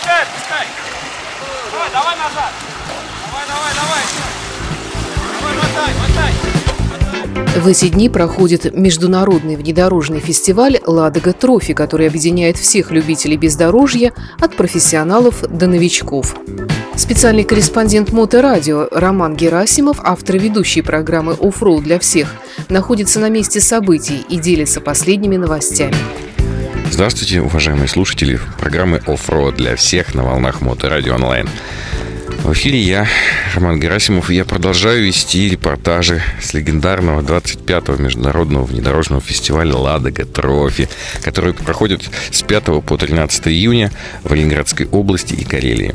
Отпускай, отпускай. Давай назад. Давай. Мотай. В эти дни проходит международный внедорожный фестиваль «Ладога Трофи», который объединяет всех любителей бездорожья от профессионалов до новичков. Специальный корреспондент Моторадио Роман Герасимов, автор и ведущий программы «Оффроуд для всех», находится на месте событий и делится последними новостями. Здравствуйте, уважаемые слушатели программы «Оффроуд для всех» на волнах Моторадио онлайн. В эфире я, Роман Герасимов, и я продолжаю вести репортажи с легендарного 25-го международного внедорожного фестиваля «Ладога Трофи», который проходит с 5 по 13 июня в Ленинградской области и Карелии.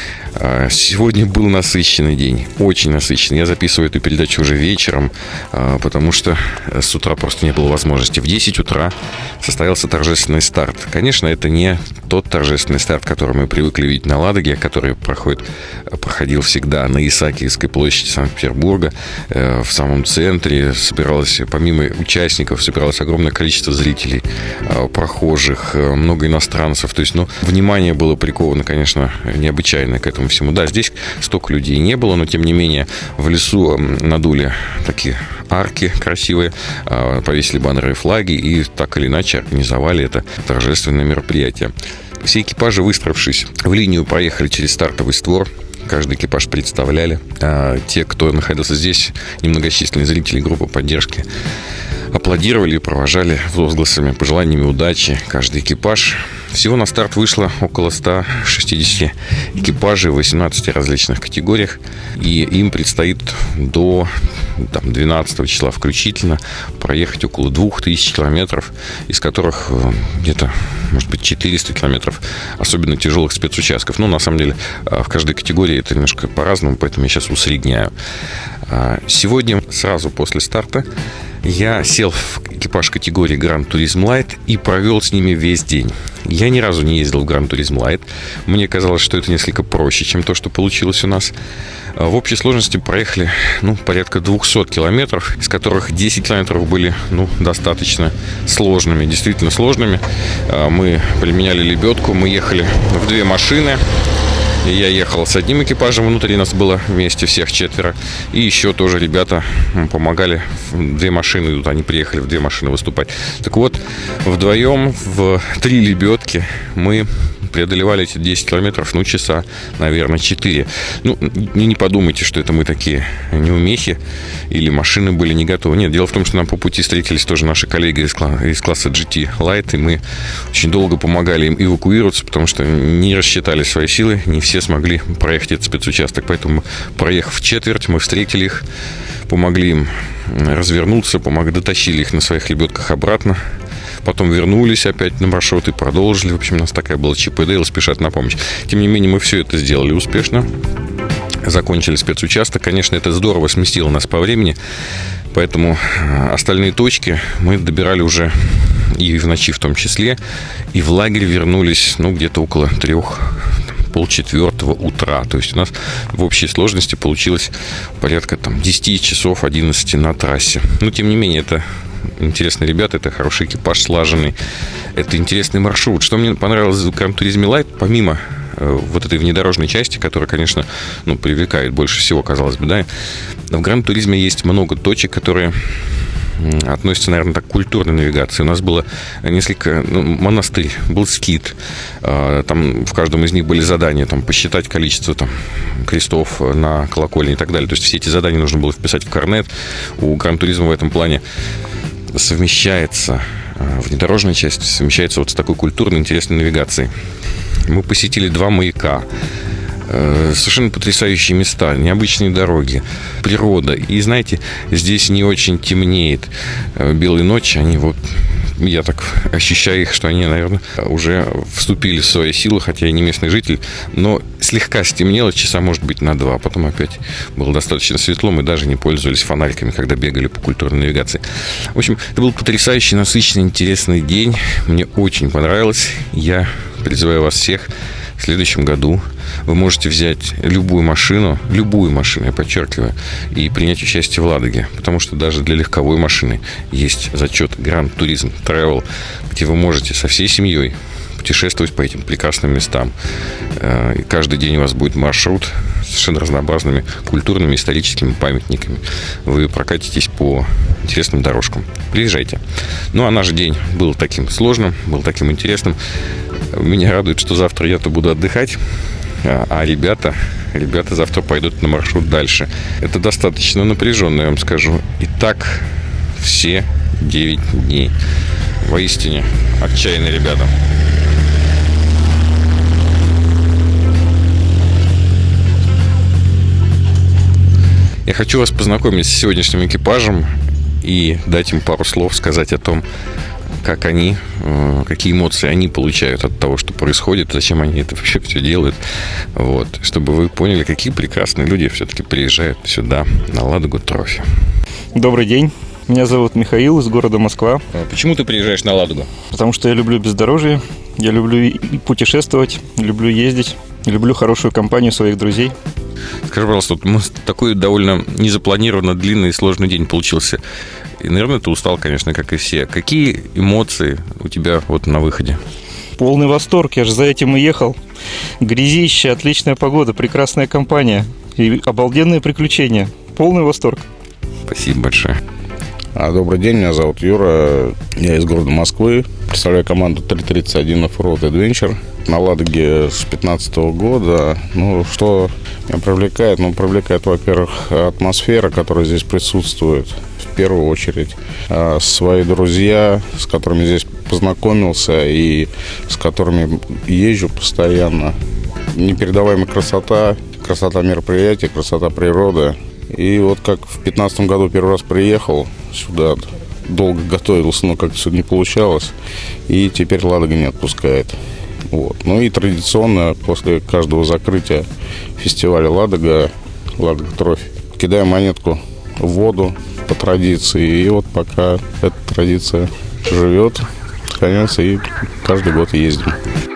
Сегодня был насыщенный день, очень насыщенный. Я записываю эту передачу уже вечером, потому что с утра просто не было возможности. В 10 утра состоялся торжественный старт. Конечно, это не тот торжественный старт, который мы привыкли видеть на Ладоге, который проходил всегда на Исаакиевской площади Санкт-Петербурга. В самом центре собиралось, помимо участников, собиралось огромное количество зрителей, прохожих, много иностранцев. То есть, внимание было приковано, конечно, необычайно к этому всему. Да, здесь столько людей не было, но тем не менее в лесу надули такие арки красивые, повесили баннеры и флаги и так или иначе организовали это торжественное мероприятие. Все экипажи, выстроившись в линию, проехали через стартовый створ. Каждый экипаж представляли. Те, кто находился здесь, немногочисленные зрители группы поддержки, аплодировали и провожали возгласами, пожеланиями удачи каждый экипаж. Всего на старт вышло около 160 экипажей в 18 различных категориях. И им предстоит до 12 числа включительно проехать около 2000 километров, из которых где-то, может быть, 400 километров особенно тяжелых спецучастков. На самом деле, в каждой категории это немножко по-разному, поэтому я сейчас усредняю. Сегодня, сразу после старта, я сел в экипаж категории Gran Turismo Light и провел с ними весь день. Я ни разу не ездил в Gran Turismo Light. Мне казалось, что это несколько проще, чем то, что получилось у нас. В общей сложности проехали порядка 200 километров, из которых 10 километров были достаточно сложными, действительно сложными. Мы применяли лебедку, мы ехали в две машины. Я ехал с одним экипажем, внутри нас было вместе всех четверо. И еще тоже ребята помогали. Две машины идут, они приехали в две машины выступать. Так вот, вдвоем в 3 лебедки мы преодолевали эти 10 километров, часа, наверное, 4. Не подумайте, что это мы такие неумехи или машины были не готовы. Нет, дело в том, что нам по пути встретились тоже наши коллеги из класса GT Light, и мы очень долго помогали им эвакуироваться, потому что не рассчитали свои силы, не все смогли проехать этот спецучасток. Поэтому, проехав четверть, мы встретили их, помогли им развернуться, дотащили их на своих лебедках обратно. Потом вернулись опять на маршрут и продолжили. В общем, у нас такая была ЧПД, и спешат на помощь. Тем не менее, мы все это сделали успешно. Закончили спецучасток. Конечно, это здорово сместило нас по времени. Поэтому остальные точки мы добирали уже и в ночи в том числе. И в лагерь вернулись, где-то около 3-4 утра. То есть у нас в общей сложности получилось порядка 10 часов 11 на трассе. Но тем не менее, это интересные ребята, это хороший экипаж, слаженный. Это интересный маршрут. Что мне понравилось в Gran Turismo Light, помимо вот этой внедорожной части, которая, конечно, привлекает больше всего, казалось бы, да, в Gran Turismo есть много точек, которые относятся, наверное, к культурной навигации. У нас было несколько монастырь, был скит. Там в каждом из них были задания, посчитать количество крестов на колокольне и так далее. То есть все эти задания нужно было вписать в карнет. У Gran Turismo в этом плане совмещается внедорожная часть, совмещается с такой культурной, интересной навигацией. Мы посетили 2 маяка. Совершенно потрясающие места, необычные дороги, природа. И, знаете, здесь не очень темнеет. Белые ночи, я так ощущаю их, что они, наверное, уже вступили в свои силы, хотя я не местный житель, но слегка стемнело, часа, может быть, на 2. Потом опять было достаточно светло, мы даже не пользовались фонариками, когда бегали по культурной навигации. В общем, это был потрясающий, насыщенный, интересный день. Мне очень понравилось. Я призываю вас всех в следующем году. Вы можете взять любую машину, я подчеркиваю, и принять участие в Ладоге. Потому что даже для легковой машины есть зачет Gran Turismo Travel, где вы можете со всей семьей путешествовать по этим прекрасным местам. И каждый день у вас будет маршрут с совершенно разнообразными культурными, историческими памятниками. Вы прокатитесь по интересным дорожкам. Приезжайте. Ну, а наш день был таким сложным, был таким интересным. Меня радует, что завтра я-то буду отдыхать, а ребята завтра пойдут на маршрут дальше. Это достаточно напряженно, я вам скажу. И так все 9 дней. Воистине отчаянные ребята. Я хочу вас познакомить с сегодняшним экипажем и дать им пару слов, сказать о том, как они, какие эмоции они получают от того, что происходит, зачем они это вообще все делают. Вот, чтобы вы поняли, какие прекрасные люди все-таки приезжают сюда, на Ладогу Трофи. Добрый день. Меня зовут Михаил, из города Москва. Почему ты приезжаешь на Ладогу? Потому что я люблю бездорожье, я люблю и путешествовать, люблю ездить, люблю хорошую компанию своих друзей. Скажи, пожалуйста, такой довольно незапланированно длинный и сложный день получился. И, наверное, ты устал, конечно, как и все. Какие эмоции у тебя вот на выходе? Полный восторг, я же за этим и ехал. Грязище, отличная погода, прекрасная компания и обалденные приключения. Полный восторг. Спасибо большое. Добрый день, меня зовут Юра, я из города Москвы, представляю команду 331 Offroad Adventure на Ладоге с 2015 года. Ну, что меня привлекает? Ну, привлекает, во-первых, атмосфера, которая здесь присутствует, в первую очередь. Свои друзья, с которыми здесь познакомился и с которыми езжу постоянно. Непередаваемая красота мероприятия, красота природы. И вот как в 2015 году первый раз приехал сюда, долго готовился, но как-то все не получалось. И теперь Ладога не отпускает. Вот. Ну и традиционно после каждого закрытия фестиваля Ладога Трофи, кидаем монетку в воду по традиции. И вот пока эта традиция живет, сохраняется, и каждый год ездим.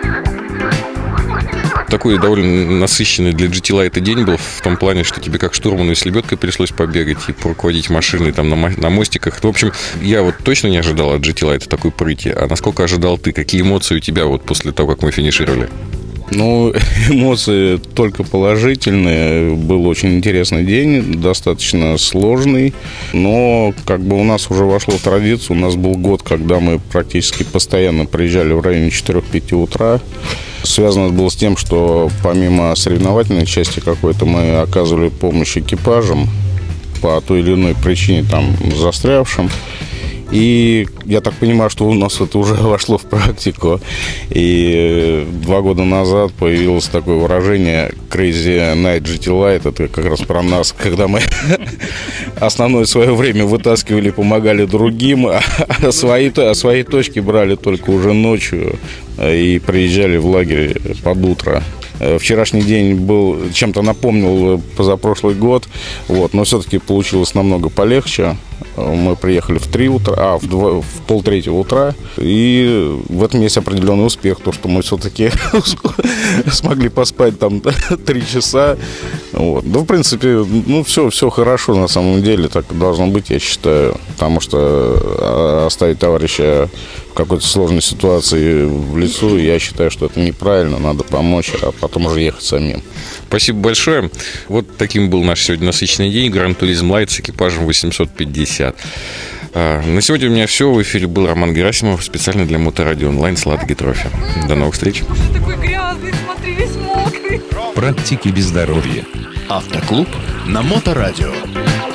Такой довольно насыщенный для GT Light день был в том плане, что тебе как штурману и с лебедкой пришлось побегать и поруководить машиной там на мостиках. В общем, я вот точно не ожидал от GT Light такой прыти. А насколько ожидал ты? Какие эмоции у тебя вот после того, как мы финишировали? Ну, эмоции только положительные. Был очень интересный день, достаточно сложный. Но как бы у нас уже вошло в традицию. У нас был год, когда мы практически постоянно приезжали в районе 4-5 утра. Связано было с тем, что помимо соревновательной части какой-то мы оказывали помощь экипажам по той или иной причине, там, застрявшим. И я так понимаю, что у нас это уже вошло в практику. И 2 года назад появилось такое выражение Crazy Night GT Light. Это как раз про нас, когда мы основное свое время вытаскивали, помогали другим, а свои точки брали только уже ночью и приезжали в лагерь под утро. Вчерашний день был, чем-то напомнил позапрошлый год, вот, но все-таки получилось намного полегче. Мы приехали в 2:30 утра, и в этом есть определенный успех, то, что мы все-таки смогли поспать там 3 часа. Вот. Да, в принципе, ну, все хорошо на самом деле, так и должно быть, я считаю, потому что оставить товарища в какой-то сложной ситуации в лесу, я считаю, что это неправильно, надо помочь, а потом уже ехать самим. Спасибо большое. Вот таким был наш сегодня насыщенный день. Гран Туризм Лайт с экипажем 850. На сегодня у меня все. В эфире был Роман Герасимов, специально для Моторадио Онлайн с Ладоги Трофи. До новых встреч. Такой грязный, смотри, весь мокрый. Практики бездорожья. Автоклуб на Моторадио.